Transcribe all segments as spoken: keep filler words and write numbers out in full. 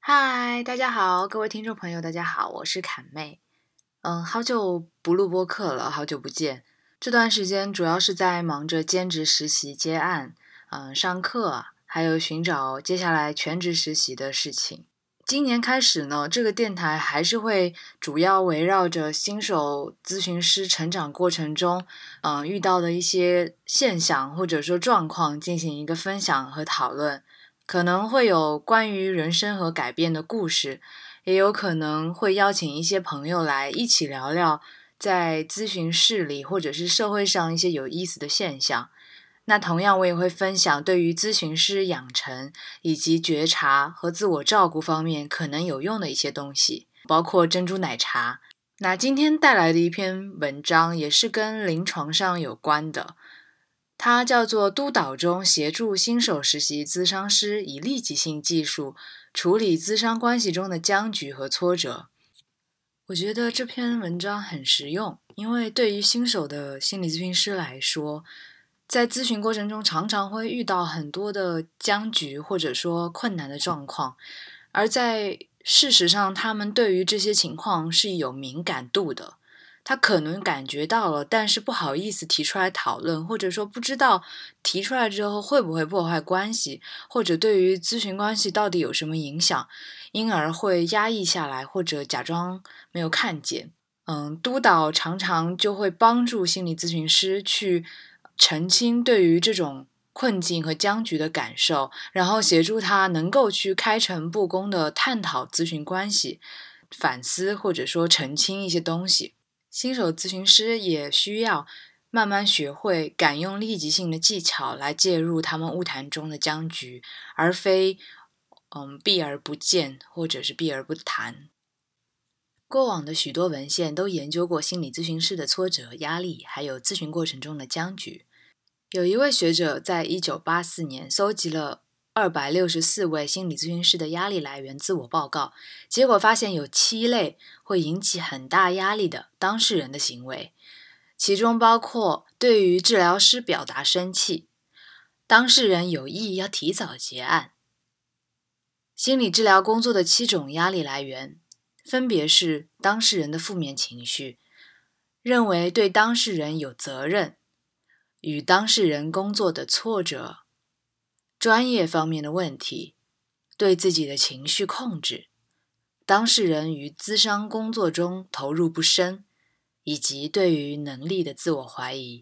嗨，大家好，各位听众朋友，大家好，我是侃妹。嗯，好久不录播客了，好久不见。这段时间主要是在忙着兼职实习接案，嗯，上课，还有寻找接下来全职实习的事情。今年开始呢，这个电台还是会主要围绕着新手咨询师成长过程中，嗯，遇到的一些现象或者说状况进行一个分享和讨论。可能会有关于人生和改变的故事，也有可能会邀请一些朋友来一起聊聊在咨询室里或者是社会上一些有意思的现象。那同样我也会分享对于咨询师养成以及觉察和自我照顾方面可能有用的一些东西，包括珍珠奶茶。那今天带来的一篇文章也是跟临床上有关的，它叫做督导中协助新手实习咨商师以立即性技术处理咨商关系中的僵局和挫折。我觉得这篇文章很实用，因为对于新手的心理咨询师来说，在咨询过程中常常会遇到很多的僵局或者说困难的状况，而在事实上他们对于这些情况是有敏感度的。他可能感觉到了，但是不好意思提出来讨论，或者说不知道提出来之后会不会破坏关系，或者对于咨询关系到底有什么影响，因而会压抑下来，或者假装没有看见。嗯，督导常常就会帮助心理咨询师去澄清对于这种困境和僵局的感受，然后协助他能够去开诚布公的探讨咨询关系，反思或者说澄清一些东西。新手咨询师也需要慢慢学会敢用立即性的技巧来介入他们晤谈中的僵局，而非嗯避而不见或者是避而不谈。过往的许多文献都研究过心理咨询师的挫折、压力，还有咨询过程中的僵局。有一位学者在一九八四年搜集了二百六十四位心理咨询师的压力来源自我报告，结果发现有七类会引起很大压力的当事人的行为，其中包括对于治疗师表达生气，当事人有意要提早结案。心理治疗工作的七种压力来源分别是当事人的负面情绪，认为对当事人有责任，与当事人工作的挫折，专业方面的问题，对自己的情绪控制，当事人于咨商工作中投入不深，以及对于能力的自我怀疑。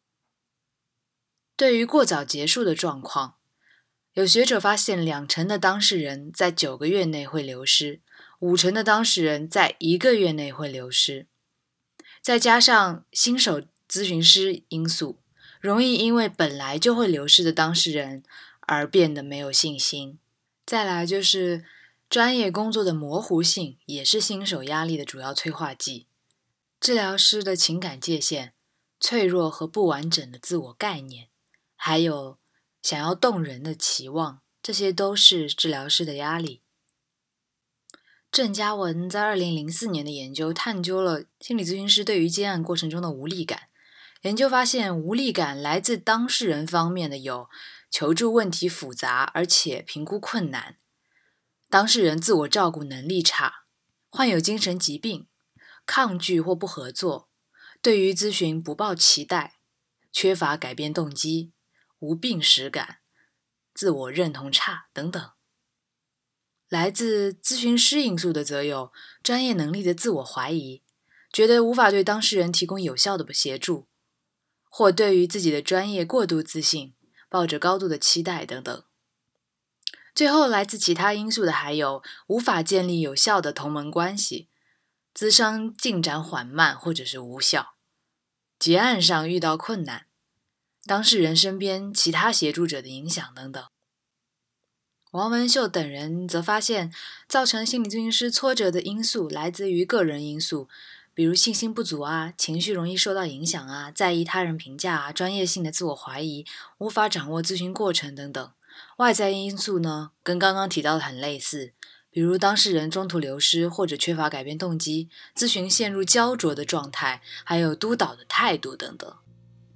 对于过早结束的状况，有学者发现两成的当事人在九个月内会流失，五成的当事人在一个月内会流失。再加上新手咨询师因素，容易因为本来就会流失的当事人而变得没有信心。再来就是专业工作的模糊性，也是新手压力的主要催化剂。治疗师的情感界限、脆弱和不完整的自我概念，还有想要动人的期望，这些都是治疗师的压力。郑嘉文在二零零四年的研究探究了心理咨询师对于接案过程中的无力感。研究发现，无力感来自当事人方面的有求助问题复杂而且评估困难，当事人自我照顾能力差，患有精神疾病，抗拒或不合作，对于咨询不抱期待，缺乏改变动机，无病耻感，自我认同差等等。来自咨询师因素的则有专业能力的自我怀疑，觉得无法对当事人提供有效的协助，或对于自己的专业过度自信，抱着高度的期待等等。最后来自其他因素的还有无法建立有效的同盟关系，咨商进展缓慢或者是无效，结案上遇到困难，当事人身边其他协助者的影响等等。王文秀等人则发现，造成心理咨询师挫折的因素来自于个人因素，比如信心不足啊，情绪容易受到影响啊，在意他人评价啊，专业性的自我怀疑，无法掌握咨询过程等等。外在因素呢，跟刚刚提到的很类似，比如当事人中途流失或者缺乏改变动机，咨询陷入焦灼的状态，还有督导的态度等等。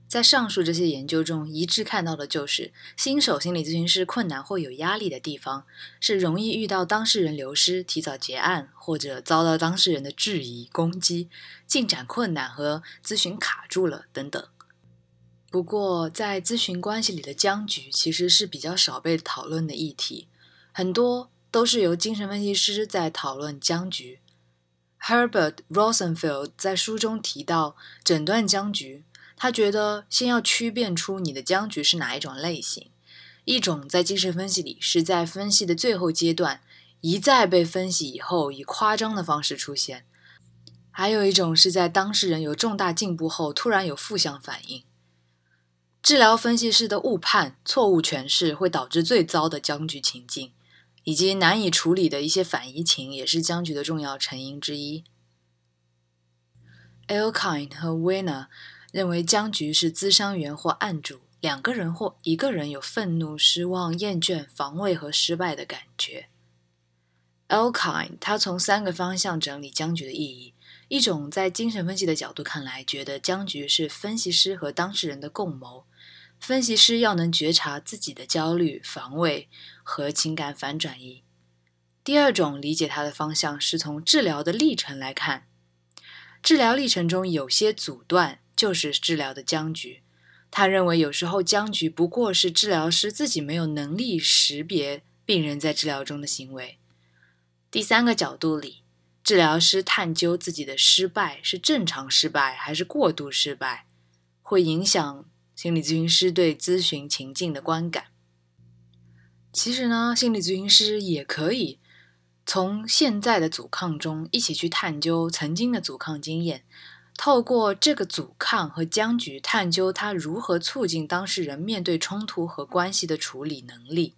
在上述这些研究中，一致看到的就是新手心理咨询师困难或有压力的地方是容易遇到当事人流失、提早结案，或者遭到当事人的质疑、攻击、进展困难和咨询卡住了等等。不过，在咨询关系里的僵局其实是比较少被讨论的议题，很多都是由精神分析师在讨论僵局。Herbert Rosenfeld 在书中提到诊断僵局，他觉得先要区辨出你的僵局是哪一种类型，一种在精神分析里是在分析的最后阶段，一再被分析以后以夸张的方式出现，还有一种是在当事人有重大进步后突然有负向反应。治疗分析师的误判、错误诠释会导致最糟的僵局情境，以及难以处理的一些反移情也是僵局的重要成因之一。Elkind 和 Weiner 认为僵局是咨商员或案主两个人或一个人有愤怒、失望、厌倦、防卫和失败的感觉。Elkind 他从三个方向整理僵局的意义，一种在精神分析的角度看来，觉得僵局是分析师和当事人的共谋，分析师要能觉察自己的焦虑、防卫和情感反转移。第二种理解它的方向是从治疗的历程来看，治疗历程中有些阻断就是治疗的僵局。他认为有时候僵局不过是治疗师自己没有能力识别病人在治疗中的行为。第三个角度里，治疗师探究自己的失败是正常失败还是过度失败，会影响心理咨询师对咨询情境的观感。其实呢，心理咨询师也可以从现在的阻抗中一起去探究曾经的阻抗经验，透过这个阻抗和僵局探究它如何促进当事人面对冲突和关系的处理能力。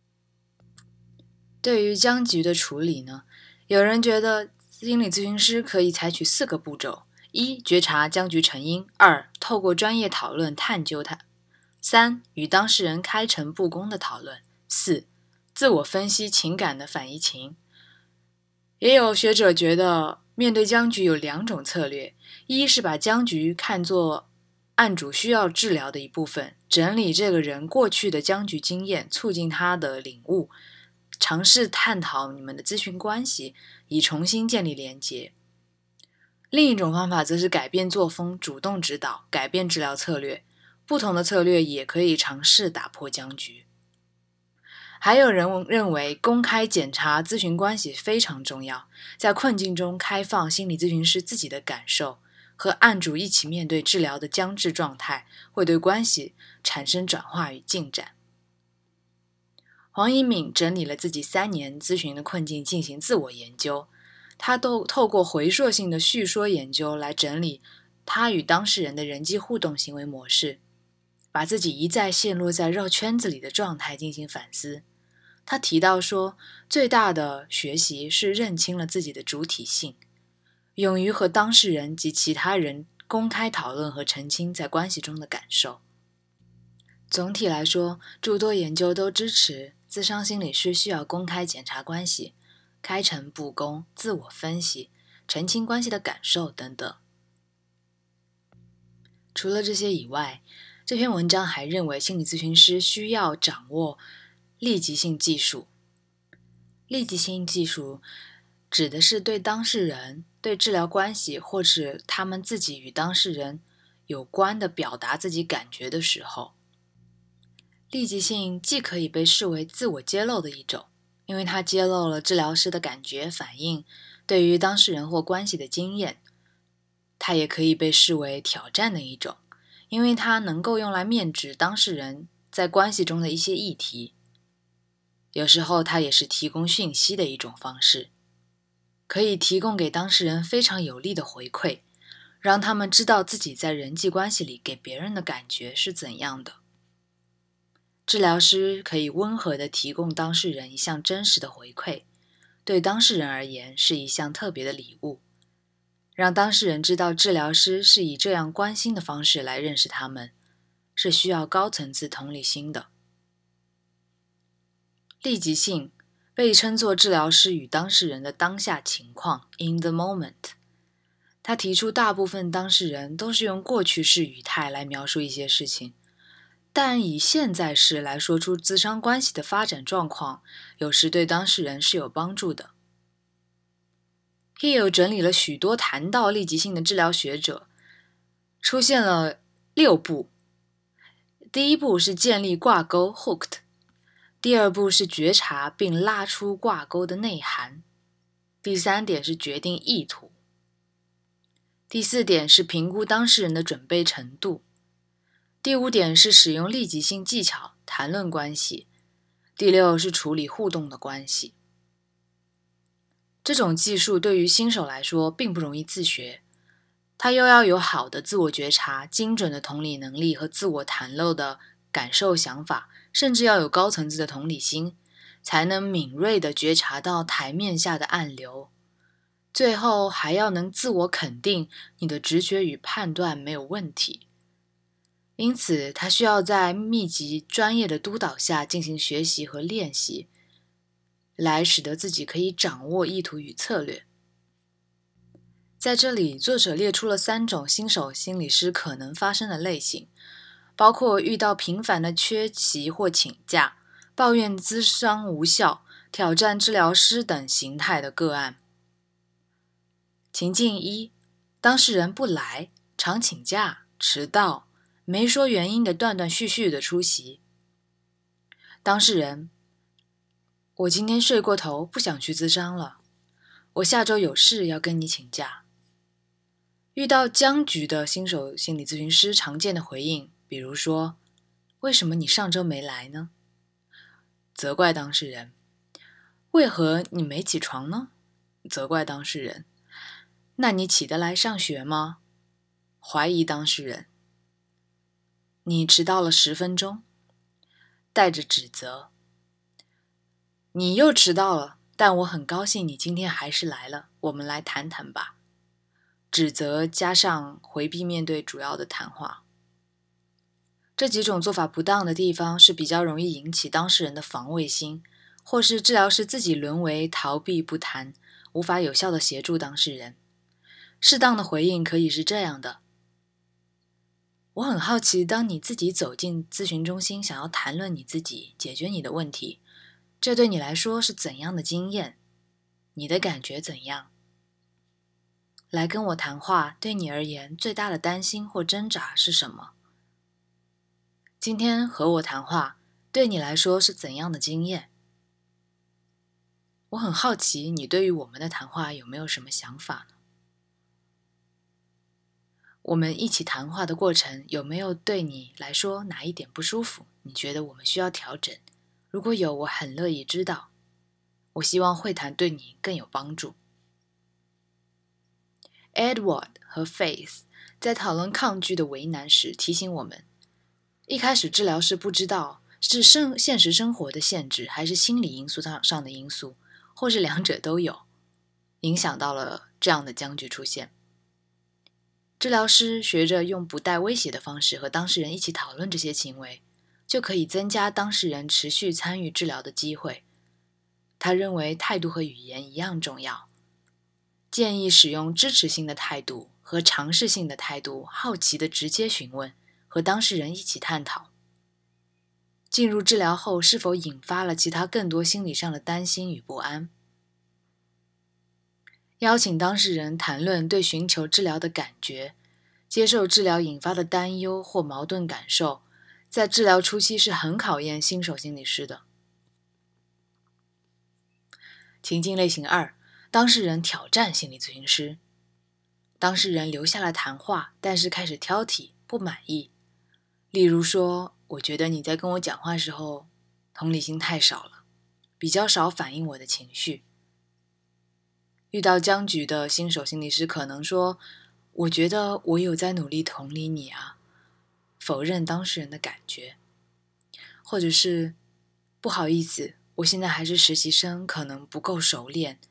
对于僵局的处理呢，有人觉得心理咨询师可以采取四个步骤：一、觉察僵局成因；二、透过专业讨论探究它；三、与当事人开诚布公的讨论；四、自我分析情感的反移情。也有学者觉得，面对僵局有两种策略：一是把僵局看作案主需要治疗的一部分，整理这个人过去的僵局经验，促进他的领悟，尝试探讨你们的咨询关系，以重新建立连结。另一种方法则是改变作风，主动指导，改变治疗策略。不同的策略也可以尝试打破僵局。还有人认为公开检查咨询关系非常重要，在困境中开放心理咨询师自己的感受，和案主一起面对治疗的僵滞状态，会对关系产生转化与进展。黄一敏整理了自己三年咨询的困境进行自我研究，他都透过回溯性的叙说研究来整理他与当事人的人际互动行为模式，把自己一再陷落在绕圈子里的状态进行反思。他提到说，最大的学习是认清了自己的主体性，勇于和当事人及其他人公开讨论和澄清在关系中的感受。总体来说，诸多研究都支持咨商心理师需要公开检查关系、开诚布公、自我分析、澄清关系的感受等等。除了这些以外，这篇文章还认为心理咨询师需要掌握立即性技术。立即性技术指的是对当事人、对治疗关系或是他们自己与当事人有关的表达自己感觉的时候。立即性既可以被视为自我揭露的一种，因为它揭露了治疗师的感觉反应，对于当事人或关系的经验；它也可以被视为挑战的一种，因为它能够用来面指当事人在关系中的一些议题。有时候它也是提供讯息的一种方式，可以提供给当事人非常有力的回馈，让他们知道自己在人际关系里给别人的感觉是怎样的。治疗师可以温和地提供当事人一项真实的回馈，对当事人而言是一项特别的礼物，让当事人知道治疗师是以这样关心的方式来认识他们，是需要高层次同理心的。立即性被称作治疗师与当事人的当下情况 in the moment， 他提出大部分当事人都是用过去式语态来描述一些事情，但以现在式来说出咨商关系的发展状况，有时对当事人是有帮助的。Hill 整理了许多谈到立即性的治疗学者，出现了六步。第一步是建立挂钩 hooked， 第二步是觉察并拉出挂钩的内涵，第三点是决定意图，第四点是评估当事人的准备程度，第五点是使用立即性技巧谈论关系，第六是处理互动的关系。这种技术对于新手来说并不容易自学，他又要有好的自我觉察、精准的同理能力和自我袒露的感受想法，甚至要有高层次的同理心，才能敏锐地觉察到台面下的暗流。最后还要能自我肯定你的直觉与判断没有问题。因此他需要在密集专业的督导下进行学习和练习，来使得自己可以掌握意图与策略。在这里，作者列出了三种新手心理师可能发生的类型，包括遇到频繁的缺席或请假、抱怨咨商无效、挑战治疗师等形态的个案。情境一，当事人不来，常请假、迟到，没说原因的断断续续的出席。当事人，我今天睡过头，不想去咨商了，我下周有事要跟你请假。遇到僵局的新手心理咨询师常见的回应，比如说，为什么你上周没来呢？责怪当事人，为何你没起床呢？责怪当事人，那你起得来上学吗？怀疑当事人，你迟到了十分钟，带着指责，你又迟到了，但我很高兴你今天还是来了，我们来谈谈吧。指责加上回避面对主要的谈话。这几种做法不当的地方是比较容易引起当事人的防卫心，或是治疗师自己沦为逃避不谈，无法有效地协助当事人。适当的回应可以是这样的：我很好奇，当你自己走进咨询中心，想要谈论你自己，解决你的问题，这对你来说是怎样的经验？你的感觉怎样？来跟我谈话，对你而言最大的担心或挣扎是什么？今天和我谈话，对你来说是怎样的经验？我很好奇，你对于我们的谈话有没有什么想法呢？我们一起谈话的过程有没有对你来说哪一点不舒服？你觉得我们需要调整？如果有，我很乐意知道。我希望会谈对你更有帮助。Edward 和 Faith 在讨论抗拒的为难时提醒我们，一开始治疗师不知道是生现实生活的限制还是心理因素上的因素，或是两者都有，影响到了这样的僵局出现。治疗师学着用不带威胁的方式和当事人一起讨论这些行为，就可以增加当事人持续参与治疗的机会。他认为态度和语言一样重要，建议使用支持性的态度和尝试性的态度，好奇的直接询问，和当事人一起探讨。进入治疗后是否引发了其他更多心理上的担心与不安。邀请当事人谈论对寻求治疗的感觉，接受治疗引发的担忧或矛盾感受，在治疗初期是很考验新手心理师的。情境类型二，当事人挑战心理咨询师。当事人留下来谈话，但是开始挑剔，不满意。例如说，我觉得你在跟我讲话时候，同理心太少了，比较少反映我的情绪。遇到僵局的新手心理师可能说，我觉得我有在努力同理你啊，否认当事人的感觉。或者是，不好意思，我现在还是实习生，可能不够熟练。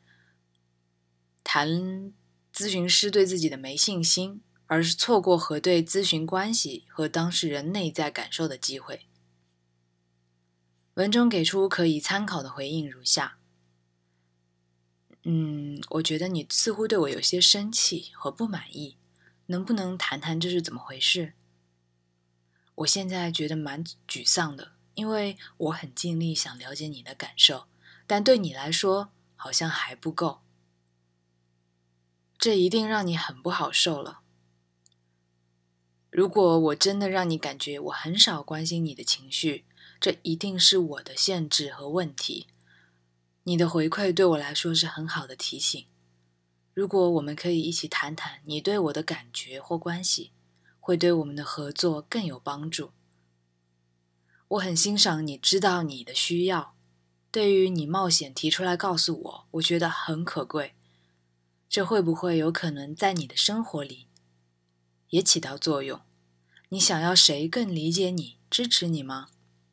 谈咨询师对自己的没信心，而是错过核对咨询关系和当事人内在感受的机会。文中给出可以参考的回应如下： 嗯，我觉得你似乎对我有些生气和不满意，能不能谈谈这是怎么回事？我现在觉得蛮沮丧的，因为我很尽力想了解你的感受，但对你来说好像还不够。这一定让你很不好受了。如果我真的让你感觉我很少关心你的情绪，这一定是我的限制和问题。你的回馈对我来说是很好的提醒。如果我们可以一起谈谈你对我的感觉或关系，会对我们的合作更有帮助。我很欣赏你知道你的需要，对于你冒险提出来告诉我，我觉得很可贵。这会不会有可能在你的生活里也起到作用？你想要谁更理解你、支持你吗？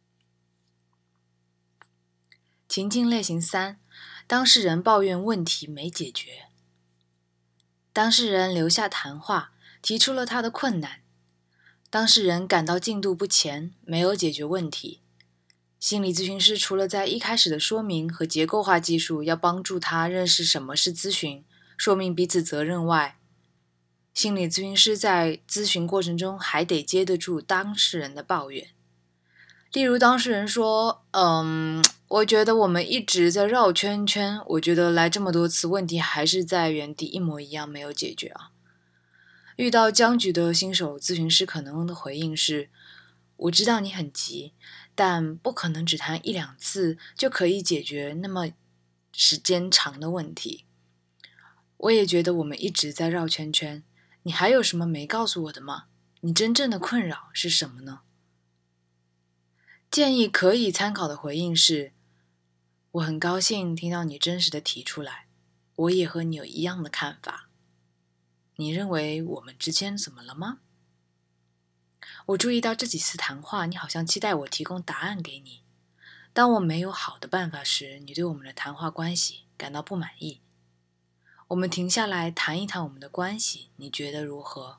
情境类型三，当事人抱怨问题没解决。当事人留下谈话，提出了他的困难。当事人感到进度不前，没有解决问题。心理咨询师除了在一开始的说明和结构化技术要帮助他认识什么是咨询，说明彼此责任外，心理咨询师在咨询过程中还得接得住当事人的抱怨。例如当事人说，嗯，我觉得我们一直在绕圈圈，我觉得来这么多次问题还是在原地一模一样，没有解决啊。遇到僵局的新手咨询师可能的回应是，我知道你很急，但不可能只谈一两次就可以解决那么时间长的问题。我也觉得我们一直在绕圈圈，你还有什么没告诉我的吗？你真正的困扰是什么呢？建议可以参考的回应是，我很高兴听到你真实的提出来，我也和你有一样的看法。你认为我们之间怎么了吗？我注意到这几次谈话，你好像期待我提供答案给你。当我没有好的办法时，你对我们的谈话关系感到不满意。我们停下来谈一谈我们的关系，你觉得如何？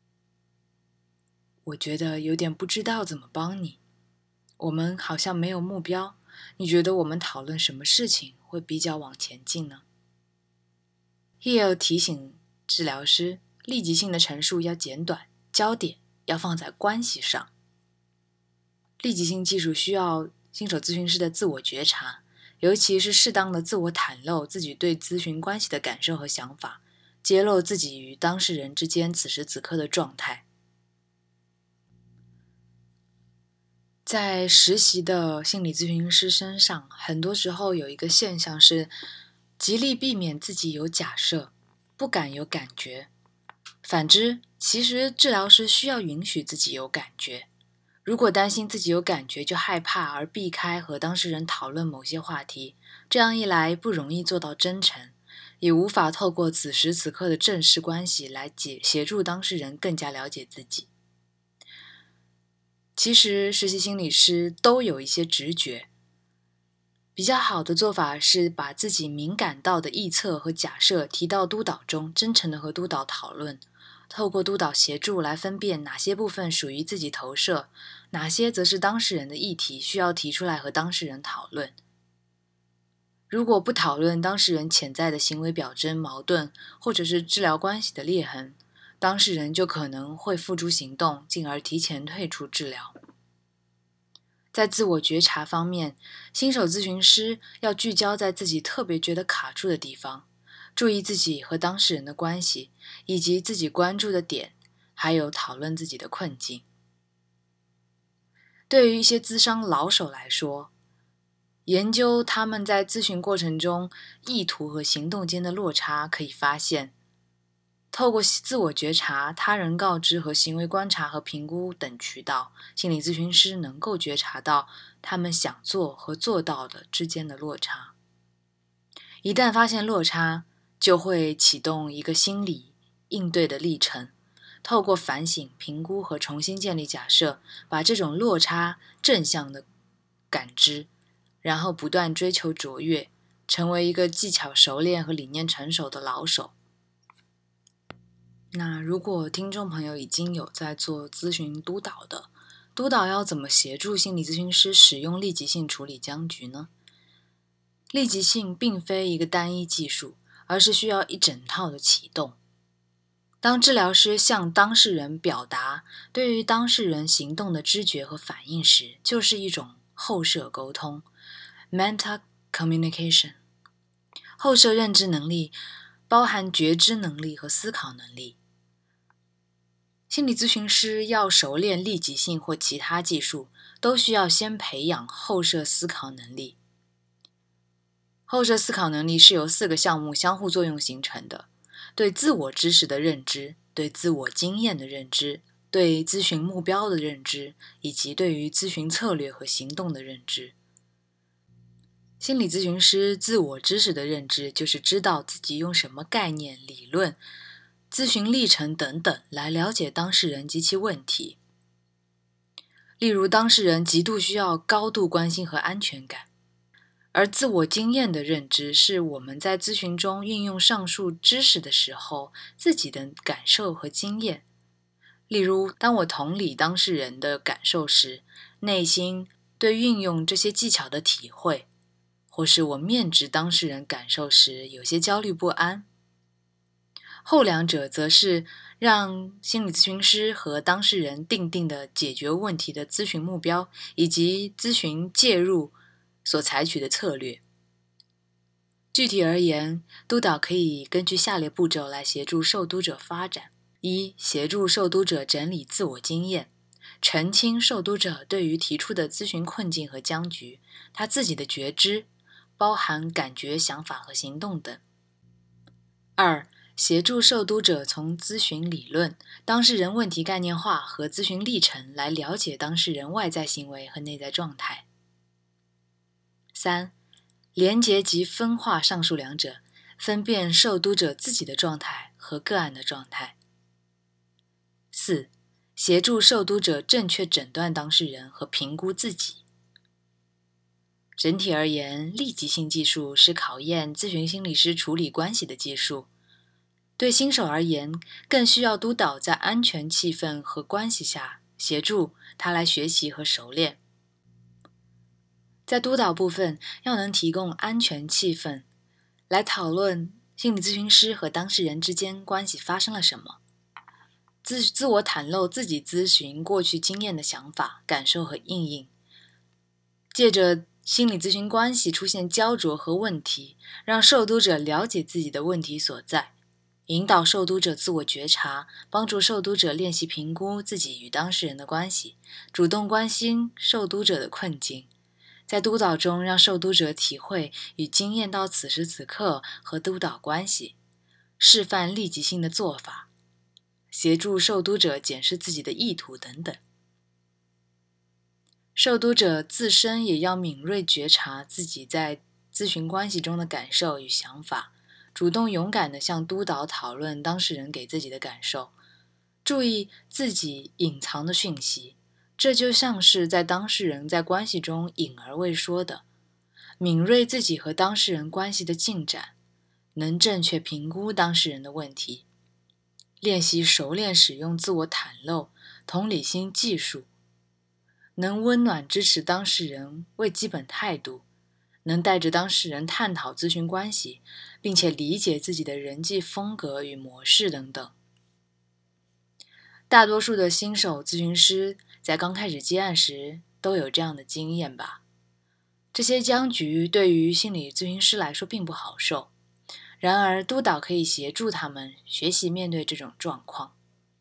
我觉得有点不知道怎么帮你。我们好像没有目标，你觉得我们讨论什么事情会比较往前进呢？ Heal 提醒治疗师，立即性的陈述要简短，焦点要放在关系上。立即性技术需要新手咨询师的自我觉察，尤其是适当的自我袒露自己对咨询关系的感受和想法，揭露自己与当事人之间此时此刻的状态。在实习的心理咨询师身上，很多时候有一个现象是，极力避免自己有假设，不敢有感觉。反之，其实治疗师需要允许自己有感觉。如果担心自己有感觉就害怕而避开和当事人讨论某些话题，这样一来不容易做到真诚，也无法透过此时此刻的正式关系来解协助当事人更加了解自己。其实实习心理师都有一些直觉，比较好的做法是把自己敏感到的臆测和假设提到督导中，真诚地和督导讨论，透过督导协助来分辨哪些部分属于自己投射，哪些则是当事人的议题需要提出来和当事人讨论。如果不讨论当事人潜在的行为表征、矛盾，或者是治疗关系的裂痕，当事人就可能会付诸行动，进而提前退出治疗。在自我觉察方面，新手咨询师要聚焦在自己特别觉得卡住的地方，注意自己和当事人的关系，以及自己关注的点，还有讨论自己的困境。对于一些咨商老手来说，研究他们在咨询过程中意图和行动间的落差，可以发现，透过自我觉察、他人告知和行为观察和评估等渠道，心理咨询师能够觉察到他们想做和做到的之间的落差。一旦发现落差，就会启动一个心理应对的历程，透过反省、评估和重新建立假设，把这种落差正向的感知，然后不断追求卓越，成为一个技巧熟练和理念成熟的老手。那如果听众朋友已经有在做咨询督导的，督导要怎么协助心理咨询师使用立即性处理僵局呢？ 立即性并非一个单一技术，而是需要一整套的启动。当治疗师向当事人表达对于当事人行动的知觉和反应时，就是一种后设沟通 （meta communication）。后设认知能力包含觉知能力和思考能力。心理咨询师要熟练立即性或其他技术，都需要先培养后设思考能力。后设思考能力是由四个项目相互作用形成的：对自我知识的认知、对自我经验的认知、对咨询目标的认知，以及对于咨询策略和行动的认知。心理咨询师自我知识的认知，就是知道自己用什么概念、理论、咨询历程等等来了解当事人及其问题。例如，当事人极度需要高度关心和安全感。而自我经验的认知是我们在咨询中运用上述知识的时候自己的感受和经验。例如，当我同理当事人的感受时，内心对运用这些技巧的体会，或是我面质当事人感受时有些焦虑不安。后两者则是让心理咨询师和当事人定定的解决问题的咨询目标，以及咨询介入所采取的策略。具体而言，督导可以根据下列步骤来协助受督者发展：一、协助受督者整理自我经验，澄清受督者对于提出的咨询困境和僵局，他自己的觉知，包含感觉、想法和行动等。二、协助受督者从咨询理论、当事人问题概念化和咨询历程来了解当事人外在行为和内在状态。三、连结及分化上述两者，分辨受督者自己的状态和个案的状态。四、协助受督者正确诊断当事人和评估自己。整体而言，立即性技术是考验咨询心理师处理关系的技术。对新手而言，更需要督导在安全气氛和关系下协助他来学习和熟练。在督导部分，要能提供安全气氛，来讨论心理咨询师和当事人之间关系发生了什么，自自我袒露自己咨询过去经验的想法、感受和应应，借着心理咨询关系出现焦灼和问题，让受督者了解自己的问题所在，引导受督者自我觉察，帮助受督者练习评估自己与当事人的关系，主动关心受督者的困境。在督导中，让受督者体会与经验到此时此刻和督导关系，示范立即性的做法，协助受督者检视自己的意图等等。受督者自身也要敏锐觉察自己在咨询关系中的感受与想法，主动勇敢地向督导讨论当事人给自己的感受，注意自己隐藏的讯息。这就像是在当事人在关系中隐而未说的，敏锐自己和当事人关系的进展，能正确评估当事人的问题，练习熟练使用自我袒露、同理心技术，能温暖支持当事人为基本态度，能带着当事人探讨咨询关系，并且理解自己的人际风格与模式等等。大多数的新手咨询师在刚开始接案时都有这样的经验吧。这些僵局对于心理咨询师来说并不好受，然而督导可以协助他们学习面对这种状况。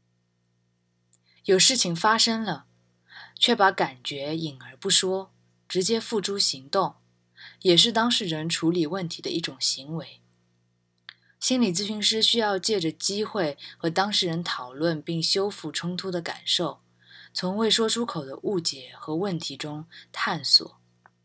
有事情发生了，却把感觉隐而不说，直接付诸行动，也是当事人处理问题的一种行为。心理咨询师需要借着机会和当事人讨论并修复冲突的感受，从未说出口的误解和问题中探索。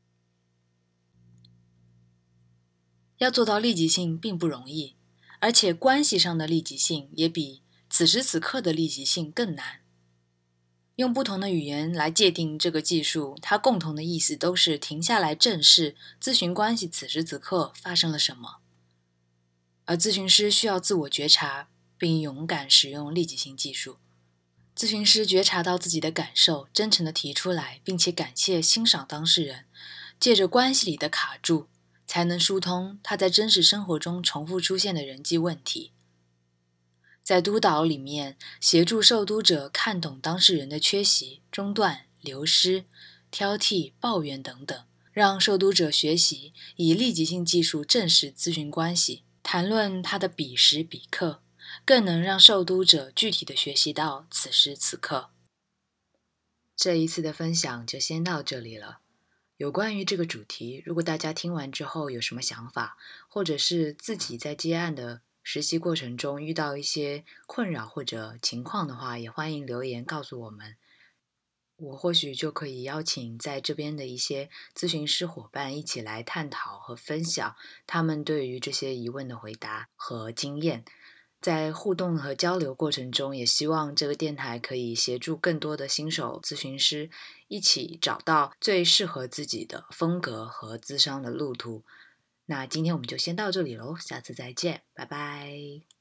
要做到立即性并不容易，而且关系上的立即性也比此时此刻的立即性更难。用不同的语言来界定这个技术，它共同的意思都是停下来正视咨询关系此时此刻发生了什么。而咨询师需要自我觉察，并勇敢使用立即性技术。咨询师觉察到自己的感受，真诚地提出来，并且感谢欣赏当事人，借着关系里的卡住， 才能疏通他在真实生活中重复出现的人际问题。在督导里面，协助受督者看懂当事人的缺席、中断、流失、挑剔、抱怨等等，让受督者学习以立即性技术证实咨询关系，谈论他的彼时彼刻，更能让受督者具体的学习到此时此刻。这一次的分享就先到这里了。有关于这个主题，如果大家听完之后有什么想法，或者是自己在接案的实习过程中遇到一些困扰或者情况的话，也欢迎留言告诉我们。我或许就可以邀请在这边的一些咨询师伙伴一起来探讨和分享他们对于这些疑问的回答和经验。在互动和交流过程中，也希望这个电台可以协助更多的新手咨询师一起找到最适合自己的风格和咨商的路途。那今天我们就先到这里喽，下次再见，拜拜。